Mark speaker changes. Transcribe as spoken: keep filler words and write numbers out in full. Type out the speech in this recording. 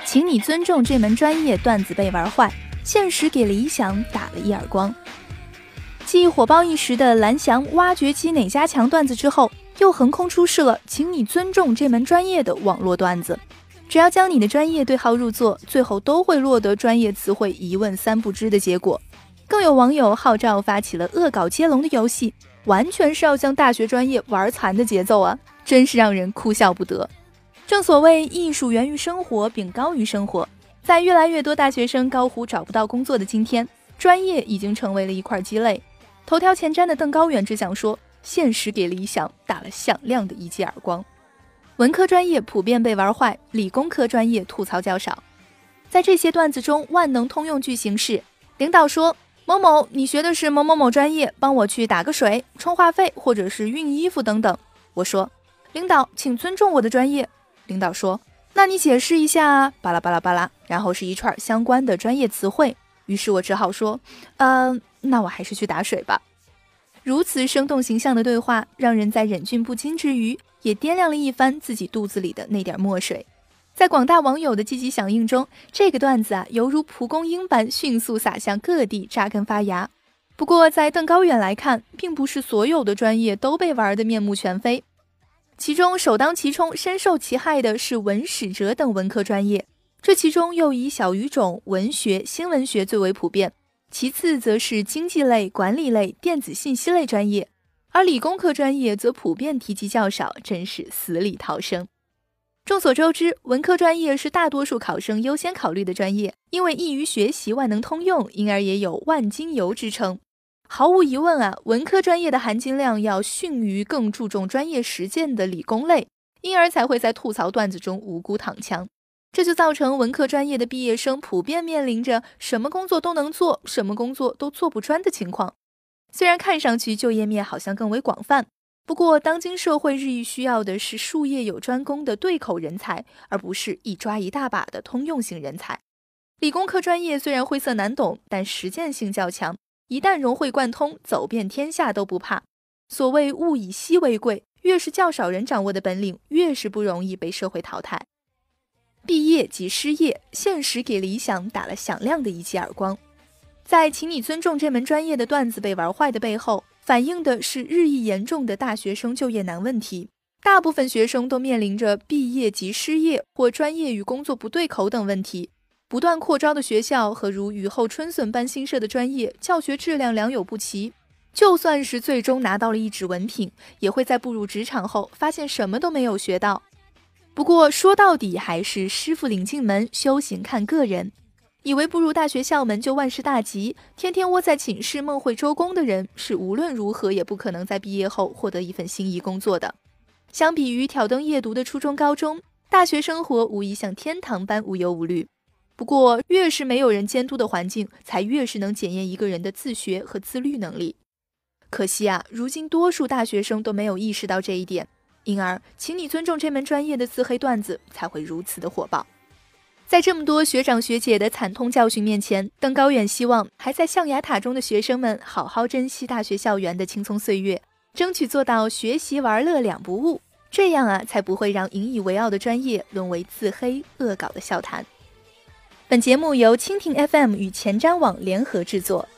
Speaker 1: 请你尊重这门专业段子被玩坏，现实给理想打了一耳光。继火爆一时的蓝翔挖掘机哪家强段子之后，又横空出世了请你尊重这门专业的网络段子。只要将你的专业对号入座，最后都会落得专业词汇一问三不知的结果。更有网友号召发起了恶搞接龙的游戏，完全是要将大学专业玩残的节奏啊，真是让人哭笑不得。正所谓艺术源于生活并高于生活，在越来越多大学生高呼找不到工作的今天，专业已经成为了一块鸡肋。头条前瞻的邓高远只想说，现实给理想打了响亮的一记耳光。文科专业普遍被玩坏，理工科专业吐槽较少。在这些段子中，万能通用句型是：领导说某某，你学的是某某某专业，帮我去打个水、充话费或者是熨衣服等等。我说，领导请尊重我的专业。领导说，那你解释一下啊，巴拉巴拉巴拉，然后是一串相关的专业词汇。于是我只好说，呃，那我还是去打水吧。如此生动形象的对话，让人在忍俊不禁之余，也掂量了一番自己肚子里的那点墨水。在广大网友的积极响应中，这个段子啊，犹如蒲公英般迅速撒向各地，扎根发芽。不过在邓高远来看，并不是所有的专业都被玩得面目全非，其中首当其冲、深受其害的是文史哲等文科专业，这其中又以小语种、文学、新闻学最为普遍，其次则是经济类、管理类、电子信息类专业，而理工科专业则普遍提及较少，真是死里逃生。众所周知，文科专业是大多数考生优先考虑的专业，因为易于学习、万能通用，因而也有万金油之称。毫无疑问啊，文科专业的含金量要逊于更注重专业实践的理工类，因而才会在吐槽段子中无辜躺枪。这就造成文科专业的毕业生普遍面临着什么工作都能做，什么工作都做不专的情况。虽然看上去就业面好像更为广泛，不过当今社会日益需要的是术业有专攻的对口人才，而不是一抓一大把的通用型人才。理工科专业虽然晦涩难懂，但实践性较强，一旦融会贯通，走遍天下都不怕。所谓物以稀为贵，越是较少人掌握的本领，越是不容易被社会淘汰。毕业即失业，现实给理想打了响亮的一记耳光。在请你尊重这门专业的段子被玩坏的背后，反映的是日益严重的大学生就业难问题。大部分学生都面临着毕业即失业或专业与工作不对口等问题。不断扩招的学校和如雨后春笋般新设的专业，教学质量良莠不齐。就算是最终拿到了一纸文凭，也会在步入职场后发现什么都没有学到。不过说到底还是师傅领进门，修行看个人。以为步入大学校门就万事大吉，天天窝在寝室梦会周公的人，是无论如何也不可能在毕业后获得一份心仪工作的。相比于挑灯夜读的初中高中，大学生活无疑像天堂般无忧无虑。不过越是没有人监督的环境，才越是能检验一个人的自学和自律能力。可惜啊，如今多数大学生都没有意识到这一点，因而请你尊重这门专业的自黑段子才会如此的火爆。在这么多学长学姐的惨痛教训面前，邓高远希望还在象牙塔中的学生们好好珍惜大学校园的青葱岁月，争取做到学习玩乐两不误，这样啊，才不会让引以为傲的专业沦为自黑恶搞的笑谈。本节目由蜻蜓 F M 与前瞻网联合制作。